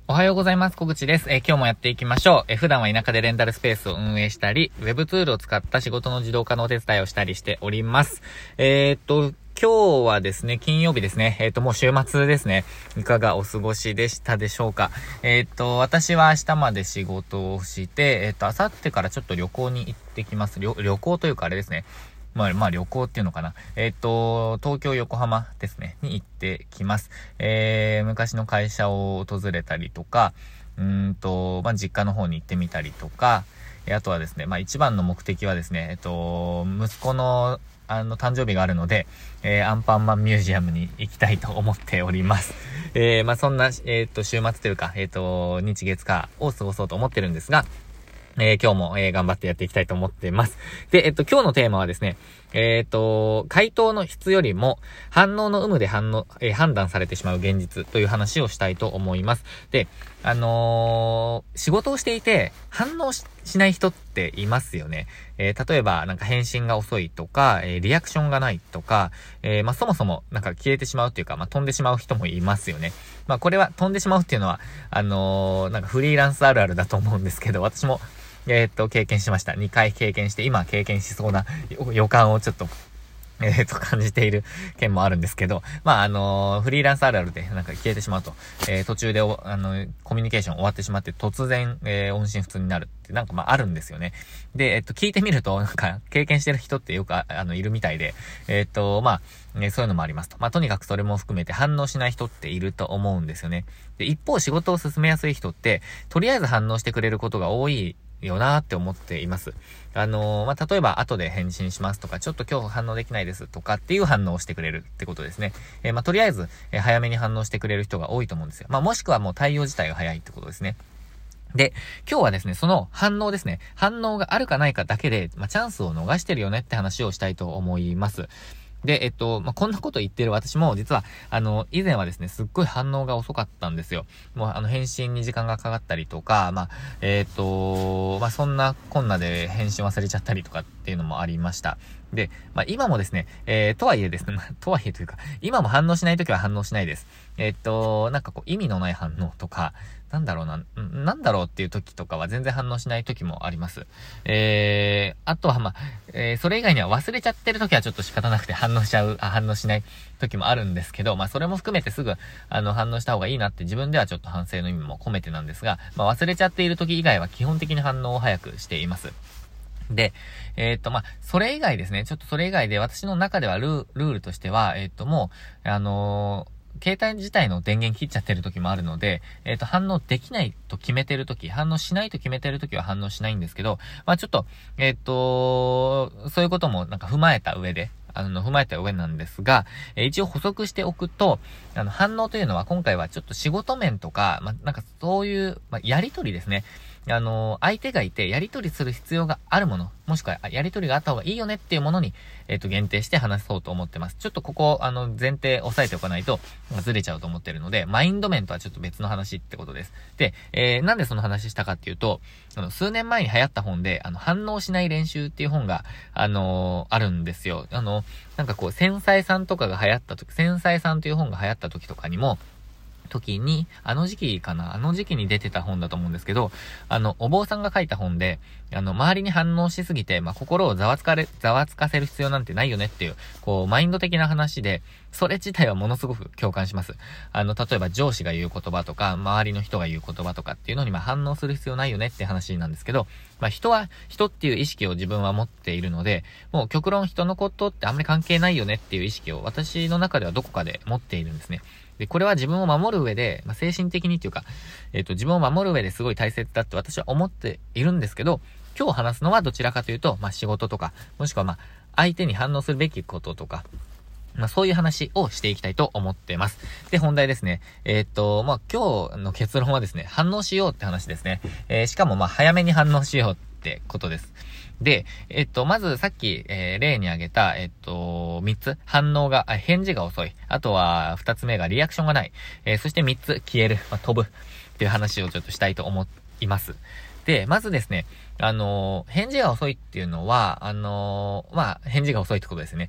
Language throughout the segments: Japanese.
おはようございます。小口です。今日もやっていきましょう。普段は田舎でレンタルスペースを運営したり、ウェブツールを使った仕事の自動化のお手伝いをしたりしております。今日はですね、金曜日ですね。もう週末ですね。いかがお過ごしでしたでしょうか。私は明日まで仕事をして、明後日からちょっと旅行に行ってきます。旅行というかあれですね。まあ旅行っていうのかな。東京横浜ですね、に行ってきます。昔の会社を訪れたりとか、実家の方に行ってみたりとか、あとはですね、一番の目的はですね、息子の誕生日があるので、アンパンマンミュージアムに行きたいと思っております。そんな、週末というか、日月火を過ごそうと思ってるんですが、今日も、頑張ってやっていきたいと思っています。で、今日のテーマはですね、回答の質よりも反応の有無で判断されてしまう現実という話をしたいと思います。で、仕事をしていて反応 しない人っていますよね。例えばなんか返信が遅いとか、リアクションがないとか、そもそもなんか消えてしまうっていうか、飛んでしまう人もいますよね。これは飛んでしまうっていうのは、なんかフリーランスあるあるだと思うんですけど、私も経験しました。2回経験して、今経験しそうな予感をちょっと、感じている件もあるんですけど、フリーランスあるあるでなんか消えてしまうと、途中でコミュニケーション終わってしまって突然、音信不通になるってなんかあるんですよね。で、聞いてみると、なんか経験してる人ってよくいるみたいで、そういうのもありますと。とにかくそれも含めて反応しない人っていると思うんですよね。で、一方仕事を進めやすい人って、とりあえず反応してくれることが多いよなーって思っています。例えば後で返信しますとか、ちょっと今日反応できないですとかっていう反応をしてくれるってことですね。とりあえず、早めに反応してくれる人が多いと思うんですよ。もしくはもう対応自体が早いってことですね。で、今日はですね、その反応ですね。反応があるかないかだけで、チャンスを逃してるよねって話をしたいと思います。で、こんなこと言ってる私も、実は、以前はですね、すっごい反応が遅かったんですよ。もう、返信に時間がかかったりとか、そんなこんなで返信忘れちゃったりとかっていうのもありました。で、今もですね、とはいえですね、とはいえというか、今も反応しないときは反応しないです。なんかこう、意味のない反応とか、なんだろうっていう時とかは全然反応しない時もあります。あとはそれ以外には忘れちゃってる時はちょっと仕方なくて反応しない時もあるんですけど、それも含めてすぐ、反応した方がいいなって自分ではちょっと反省の意味も込めてなんですが、忘れちゃっている時以外は基本的に反応を早くしています。で、それ以外ですね、ちょっとそれ以外で私の中ではルールとしては、もう、携帯自体の電源切っちゃってる時もあるので、反応できないと決めてる時、反応しないと決めてる時は反応しないんですけど、ちょっと、そういうこともなんか踏まえた上なんですが、一応補足しておくと、反応というのは今回はちょっと仕事面とか、なんかそういう、やりとりですね。相手がいてやりとりする必要があるもの、もしくはやりとりがあった方がいいよねっていうものに、限定して話そうと思ってます。ちょっとここ、前提押さえておかないと、ずれちゃうと思ってるので、マインド面とはちょっと別の話ってことです。で、なんでその話したかっていうと、数年前に流行った本で、反応しない練習っていう本が、あるんですよ。なんかこう、繊細さんとかが流行った時、繊細さんという本が流行った時とかにも、あの時期に出てた本だと思うんですけど、お坊さんが書いた本で、周りに反応しすぎて、心をざわつかせる必要なんてないよねっていう、こう、マインド的な話で、それ自体はものすごく共感します。例えば上司が言う言葉とか、周りの人が言う言葉とかっていうのに、反応する必要ないよねって話なんですけど、人は人っていう意識を自分は持っているので、もう極論人のことってあんまり関係ないよねっていう意識を私の中ではどこかで持っているんですね。で、これは自分を守る上で、精神的にっていうか、自分を守る上ですごい大切だって私は思っているんですけど、今日話すのはどちらかというと、仕事とか、もしくは相手に反応するべきこととか、そういう話をしていきたいと思ってます。で、本題ですね。今日の結論はですね、反応しようって話ですね。しかも早めに反応しようってことです。で、まずさっき、例に挙げた、3つ、返事が遅い。あとは、2つ目がリアクションがない。そして3つ、消える、飛ぶっていう話をちょっとしたいと思います。で、まずですね、返事が遅いっていうのは、返事が遅いってことですね。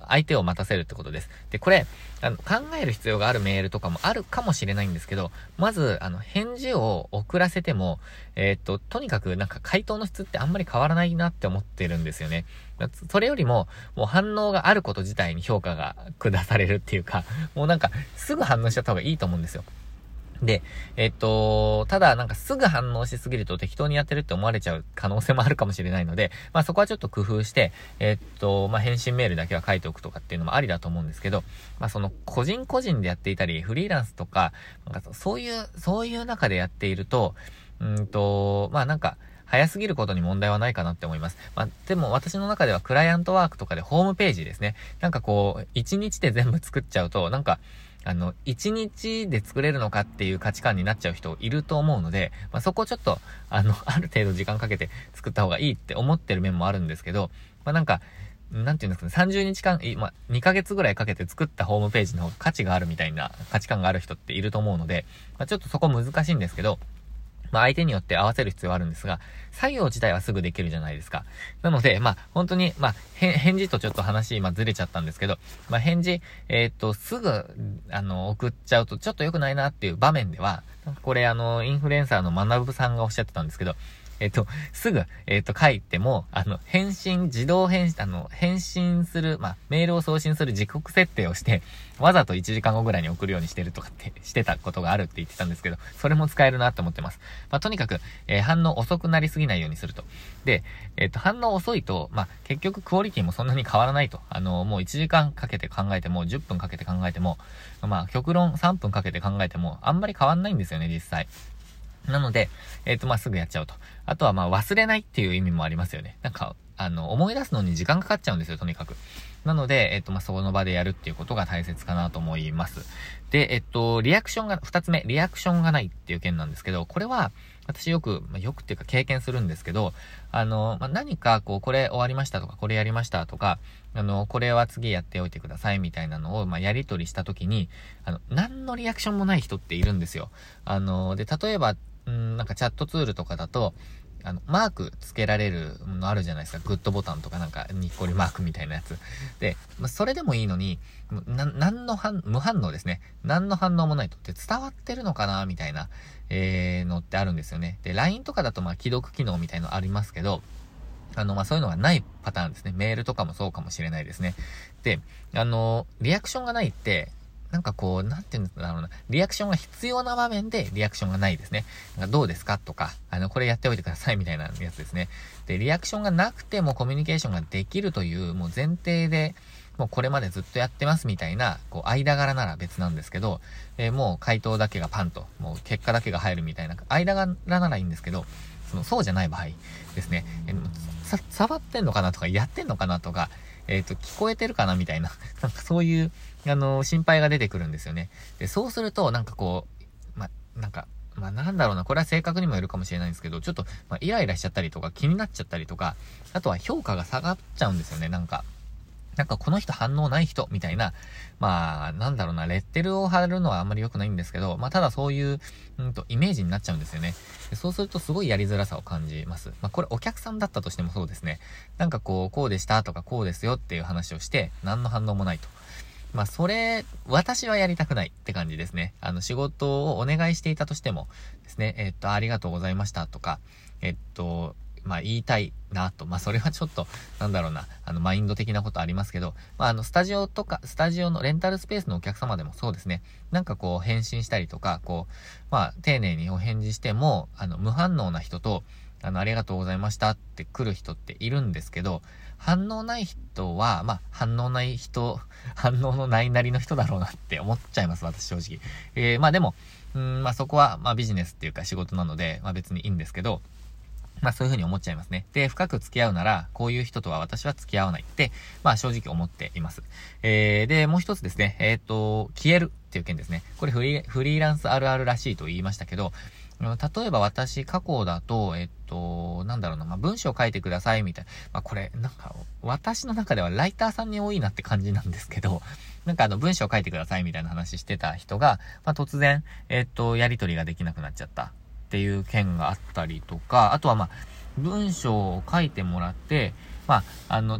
相手を待たせるってことです。で、これ、考える必要があるメールとかもあるかもしれないんですけど、まず、返事を遅らせても、とにかくなんか回答の質ってあんまり変わらないなって思ってるんですよね。それよりも、もう反応があること自体に評価が下されるっていうか、もうなんか、すぐ反応しちゃった方がいいと思うんですよ。で、ただなんかすぐ反応しすぎると適当にやってるって思われちゃう可能性もあるかもしれないので、まあそこはちょっと工夫して、まあ返信メールだけは書いておくとかっていうのもありだと思うんですけど、まあその個人個人でやっていたり、フリーランスとか、なんかそういう中でやっていると、まあなんか、早すぎることに問題はないかなって思います。まあ、でも私の中ではクライアントワークとかでホームページですね。なんかこう、1日で全部作っちゃうと、なんか、1日で作れるのかっていう価値観になっちゃう人いると思うので、まあ、そこをちょっと、ある程度時間かけて作った方がいいって思ってる面もあるんですけど、まあ、なんか、なんていうんですかね、30日間、まあ、2ヶ月ぐらいかけて作ったホームページの方が価値があるみたいな価値観がある人っていると思うので、まあ、ちょっとそこ難しいんですけど、まあ相手によって合わせる必要はあるんですが、作業自体はすぐできるじゃないですか。なので、まあ本当に、まあ返事とちょっと話今ずれちゃったんですけど、まあ返事、すぐ、送っちゃうとちょっと良くないなっていう場面では、これインフルエンサーの学さんがおっしゃってたんですけど、すぐ、書いても、自動返信、返信する、まあ、メールを送信する時刻設定をして、わざと1時間後ぐらいに送るようにしてるとかってしてたことがあるって言ってたんですけど、それも使えるなって思ってます。まあ、とにかく、反応遅くなりすぎないようにすると。で、反応遅いと、まあ、結局クオリティもそんなに変わらないと。もう1時間かけて考えても、10分かけて考えても、まあ、極論3分かけて考えても、あんまり変わんないんですよね、実際。なので、まあ、すぐやっちゃうと。あとは、まあ、忘れないっていう意味もありますよね。なんか、思い出すのに時間かかっちゃうんですよ、とにかく。なので、まあ、その場でやるっていうことが大切かなと思います。で、二つ目、リアクションがないっていう件なんですけど、これは、私よくっていうか経験するんですけど、まあ、何か、これ終わりましたとか、これやりましたとか、これは次やっておいてくださいみたいなのを、まあ、やり取りしたときに、何のリアクションもない人っているんですよ。で、例えば、なんかチャットツールとかだと、マークつけられるのあるじゃないですか。グッドボタンとかなんか、にっこりマークみたいなやつ。で、まあ、それでもいいのに、無反応ですね。何の反応もないとって伝わってるのかなみたいな、のってあるんですよね。で、LINE とかだとまあ、既読機能みたいのありますけど、まあ、そういうのがないパターンですね。メールとかもそうかもしれないですね。で、リアクションがないって、なんかこう、なんていうんだろうな。リアクションが必要な場面でリアクションがないですね。なんかどうですかとか、これやっておいてくださいみたいなやつですね。で、リアクションがなくてもコミュニケーションができるという、もう前提で、もうこれまでずっとやってますみたいな、こう、間柄なら別なんですけど、もう回答だけがパンと、もう結果だけが入るみたいな、間柄ならいいんですけど、そうじゃない場合ですね。触ってんのかなとか、やってんのかなとか、聞こえてるかなみたいな、なんかそういう、心配が出てくるんですよね。で、そうすると、なんかこう、なんだろうな、これは性格にもよるかもしれないんですけど、ちょっと、イライラしちゃったりとか、気になっちゃったりとか、あとは評価が下がっちゃうんですよね、なんかこの人反応ない人みたいな、まあ、なんだろうな、レッテルを貼るのはあんまり良くないんですけど、まあ、ただそういう、イメージになっちゃうんですよね。でそうするとすごいやりづらさを感じます。まあ、これお客さんだったとしてもそうですね。なんかこうでしたとかこうですよっていう話をして、何の反応もないと。まあ、私はやりたくないって感じですね。仕事をお願いしていたとしてもですね、ありがとうございましたとか、まあ言いたいなと。まあそれはちょっと、なんだろうな、マインド的なことありますけど、まあスタジオのレンタルスペースのお客様でもそうですね。なんかこう返信したりとか、まあ丁寧にお返事しても、無反応な人と、ありがとうございましたって来る人っているんですけど、反応ない人は、まあ反応のないなりの人だろうなって思っちゃいます、私正直。まあでも、まあそこは、まあビジネスっていうか仕事なので、まあ別にいいんですけど、まあそういうふうに思っちゃいますね。で、深く付き合うなら、こういう人とは私は付き合わないって、まあ正直思っています。で、もう一つですね、消えるっていう件ですね。これフリーランスあるあるらしいと言いましたけど、例えば私過去だと、なんだろうな、まあ文章書いてくださいみたいな。まあこれ、なんか、私の中ではライターさんに多いなって感じなんですけど、なんか文章書いてくださいみたいな話してた人が、まあ突然、やり取りができなくなっちゃった。っていう件があったりとか、あとはまあ、文章を書いてもらって、まあ、ちょっ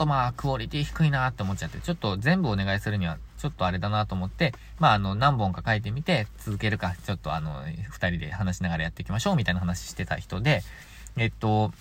とクオリティ低いなって思っちゃって、ちょっと全部お願いするには、ちょっとあれだなと思って、何本か書いてみて、続けるか、ちょっと二人で話しながらやっていきましょうみたいな話してた人で、5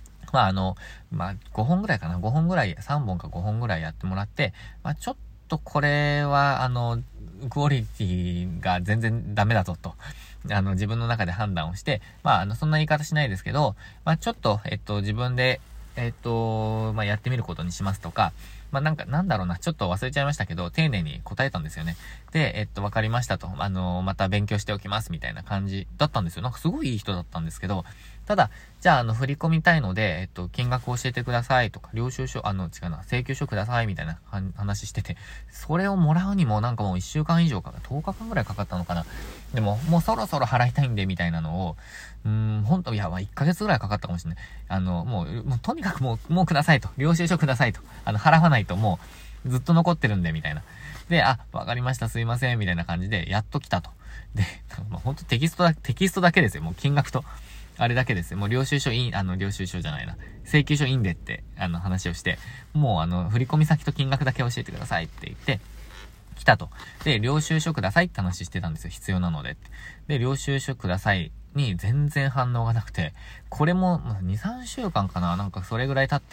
本ぐらいかな、5本ぐらい、3本か5本ぐらいやってもらって、ちょっとこれは、クオリティが全然ダメだぞと、自分の中で判断をして、そんな言い方しないですけど、ちょっと、自分で、やってみることにしますとか、なんだろうな、ちょっと忘れちゃいましたけど、丁寧に答えたんですよね。で、わかりましたと、また勉強しておきます、みたいな感じだったんですよ。なんかすごいいい人だったんですけど、ただ、じゃあ、振り込みたいので、金額教えてくださいとか、領収書、請求書ください、みたいな話してて、それをもらうにもなんかもう1週間以上か、10日間ぐらいかかったのかな。でも、もうそろそろ払いたいんで、みたいなのを、本当いや、1ヶ月ぐらいかかったかもしれない。もうとにかくもうくださいと。領収書くださいと。払わないともう、ずっと残ってるんで、みたいな。で、わかりました、すいません、みたいな感じで、やっと来たと。で、ほんとテキストだけですよ。もう金額と、あれだけですよ。もう領収書じゃないな。請求書いいんでって、話をして、もう振込先と金額だけ教えてくださいって言って、来たと。で、領収書くださいって話してたんですよ。必要なのでって。で、領収書くださいに全然反応がなくて、これも2、3週間かな、なんかそれぐらい経って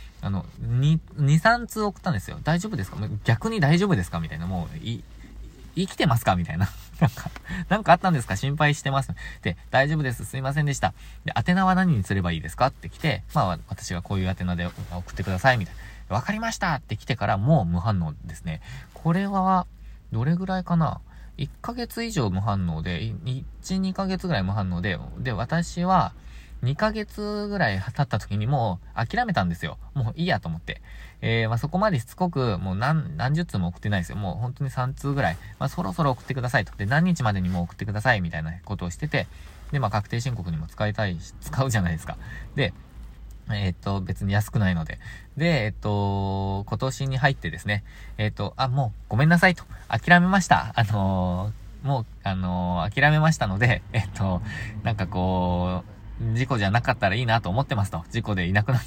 、2、3通送ったんですよ。大丈夫ですか？逆に大丈夫ですかみたいな、もう、生きてますかみたいな。なんかあったんですか？心配してます。で、大丈夫です。すいませんでした。で、宛名は何にすればいいですかって来て、私がこういう宛名で送ってください、みたいな。わかりましたって来てからもう無反応ですね。これは、どれぐらいかな？ 1 ヶ月以上無反応で、1、2ヶ月ぐらい無反応で、私は、2ヶ月ぐらい経った時にもう諦めたんですよ。もういいやと思って。そこまでしつこく、もう何十通も送ってないですよ。もう本当に3通ぐらい。そろそろ送ってくださいと。で、何日までにもう送ってくださいみたいなことをしてて、で、確定申告にも使うじゃないですか。で、別に安くないので。で、今年に入ってですね、もうごめんなさいと。諦めました。諦めましたので、事故じゃなかったらいいなと思ってますと。事故でいなくなった。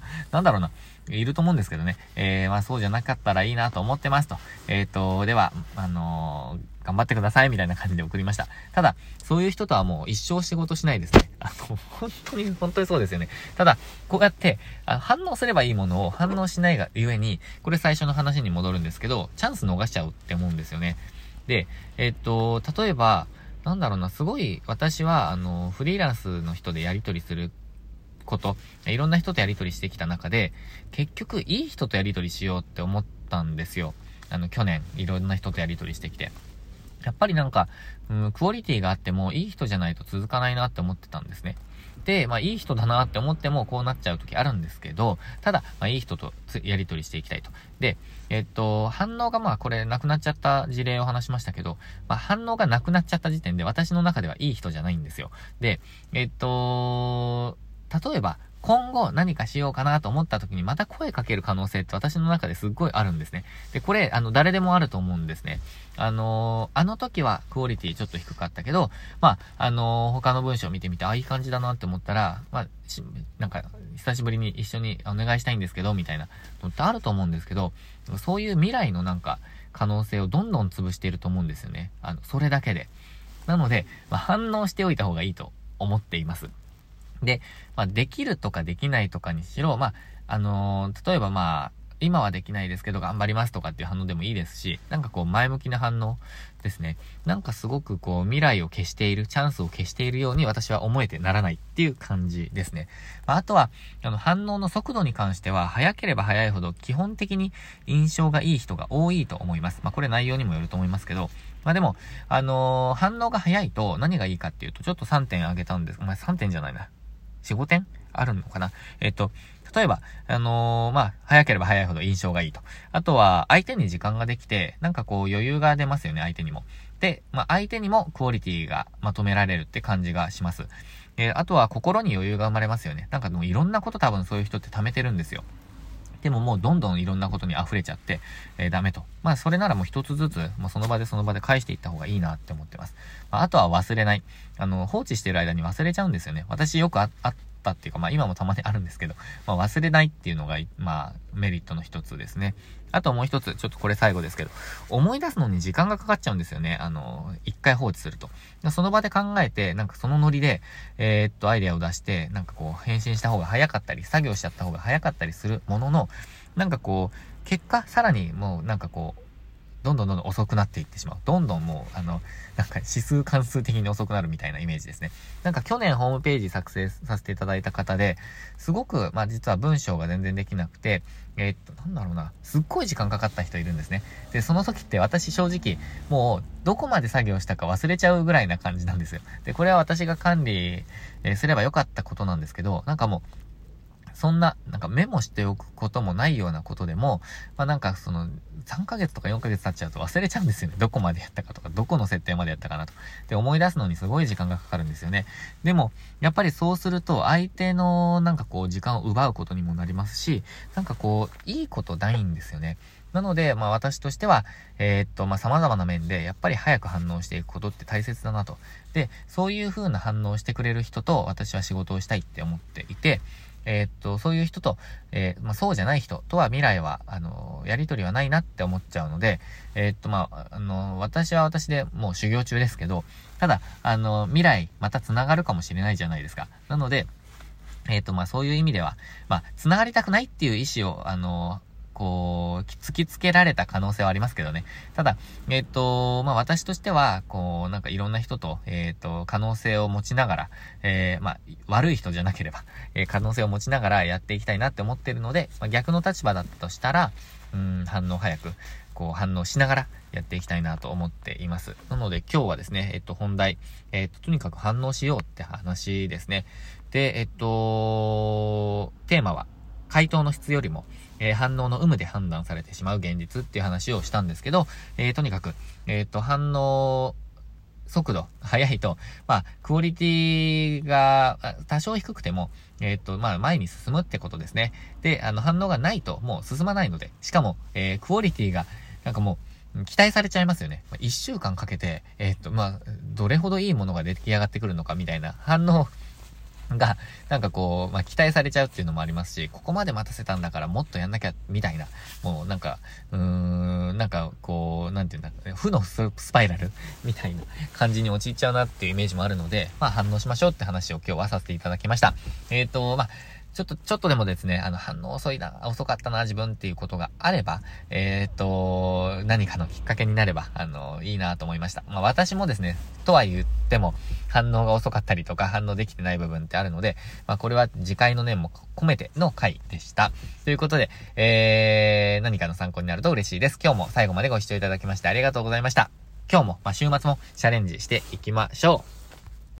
なんだろうな。いると思うんですけどね。そうじゃなかったらいいなと思ってますと。では、頑張ってくださいみたいな感じで送りました。ただ、そういう人とはもう一生仕事しないですね。本当にそうですよね。ただ、こうやって、反応すればいいものを反応しないがゆえに、これ最初の話に戻るんですけど、チャンス逃しちゃうって思うんですよね。で、例えば、なんだろうな、すごい、私は、フリーランスの人でやり取りすること、いろんな人とやり取りしてきた中で、結局、いい人とやり取りしようって思ったんですよ。去年、いろんな人とやり取りしてきて。やっぱりクオリティがあっても、いい人じゃないと続かないなって思ってたんですね。で、いい人だなって思ってもこうなっちゃう時あるんですけど、ただ、いい人とやり取りしていきたいと。で、反応がこれなくなっちゃった事例を話しましたけど、反応がなくなっちゃった時点で私の中ではいい人じゃないんですよ。で、例えば、今後何かしようかなと思った時にまた声かける可能性って私の中ですっごいあるんですね。で、これ、誰でもあると思うんですね。あの時はクオリティちょっと低かったけど、他の文章を見てみて、いい感じだなって思ったら、久しぶりに一緒にお願いしたいんですけど、みたいなのってあると思うんですけど、そういう未来の可能性をどんどん潰していると思うんですよね。それだけで。なので、反応しておいた方がいいと思っています。で、できるとかできないとかにしろ、例えば今はできないですけど頑張りますとかっていう反応でもいいですし、前向きな反応ですね。すごく未来を消している、チャンスを消しているように私は思えてならないっていう感じですね。あとは、反応の速度に関しては、早ければ早いほど基本的に印象がいい人が多いと思います。これ内容にもよると思いますけど、でも、反応が早いと何がいいかっていうと、ちょっと3点挙げたんです。3点じゃないな。4、5点あるのかな。例えば、早ければ早いほど印象がいいと。あとは、相手に時間ができて、余裕が出ますよね、相手にも。で、相手にもクオリティがまとめられるって感じがします。あとは、心に余裕が生まれますよね。もういろんなこと多分そういう人って貯めてるんですよ。でももうどんどんいろんなことに溢れちゃって、ダメと。それならもう一つずつ、その場で返していった方がいいなって思ってます。あとは忘れない。放置してる間に忘れちゃうんですよね。私よくあっったっていうか、まあ今もたまにあるんですけど、まあ忘れないっていうのが、まあメリットの一つですね。あともう一つ、ちょっとこれ最後ですけど、思い出すのに時間がかかっちゃうんですよね。一回放置すると。その場で考えて、なんかそのノリで、アイデアを出して、なんかこう、返信した方が早かったり、作業しちゃった方が早かったりするものの、なんかこう、結果、さらにもうなんかこう、どんどん遅くなっていってしまう。どんどんもう、なんか指数関数的に遅くなるみたいなイメージですね。なんか去年ホームページ作成させていただいた方で、すごく、まあ実は文章が全然できなくて、なんだろうな、すっごい時間かかった人いるんですね。で、その時って私正直、もう、どこまで作業したか忘れちゃうぐらいな感じなんですよ。で、これは私が管理、すればよかったことなんですけど、なんかもう、そんな、なんかメモしておくこともないようなことでも、まあなんかその、3ヶ月とか4ヶ月経っちゃうと忘れちゃうんですよね。どこまでやったかとか、どこの設定までやったかなと。で、思い出すのにすごい時間がかかるんですよね。でも、やっぱりそうすると、相手のなんかこう、時間を奪うことにもなりますし、なんかこう、いいことないんですよね。なので、まあ私としては、まあ様々な面で、やっぱり早く反応していくことって大切だなと。で、そういう風な反応をしてくれる人と、私は仕事をしたいって思っていて、そういう人と、まあ、そうじゃない人とは未来は、やりとりはないなって思っちゃうので、まあ、私は私でもう修行中ですけど、ただ、未来また繋がるかもしれないじゃないですか。なので、まあ、そういう意味では、まあ、繋がりたくないっていう意思を、こう、突きつけられた可能性はありますけどね。ただ、まあ、私としては、こう、なんかいろんな人と、可能性を持ちながら、まあ、悪い人じゃなければ、可能性を持ちながらやっていきたいなって思ってるので、まあ、逆の立場だったとしたら、反応早く、こう、反応しながらやっていきたいなと思っています。なので今日はですね、本題、とにかく反応しようって話ですね。で、テーマは、回答の質よりも、反応の有無で判断されてしまう現実っていう話をしたんですけど、とにかく、反応速度速いと、まあ、クオリティが多少低くても、まあ、前に進むってことですね。で、反応がないともう進まないので、しかも、クオリティが、なんかもう、期待されちゃいますよね。1週間かけて、まあ、どれほどいいものが出来上がってくるのかみたいな反応が、なんかこう、まあ、期待されちゃうっていうのもありますし、ここまで待たせたんだからもっとやんなきゃ、みたいな、もうなんか、なんかこう、なんていうんだ、負のスパイラルみたいな感じに陥っちゃうなっていうイメージもあるので、まあ反応しましょうって話を今日はさせていただきました。まあ、ちょっとでもですね、反応遅かったな、自分っていうことがあれば、何かのきっかけになれば、いいなと思いました。まあ私もですね、とは言っても、反応が遅かったりとか、反応できてない部分ってあるので、まあこれは次回の念も込めての回でした。ということで、何かの参考になると嬉しいです。今日も最後までご視聴いただきましてありがとうございました。今日も、まあ週末もチャレンジしていきましょう。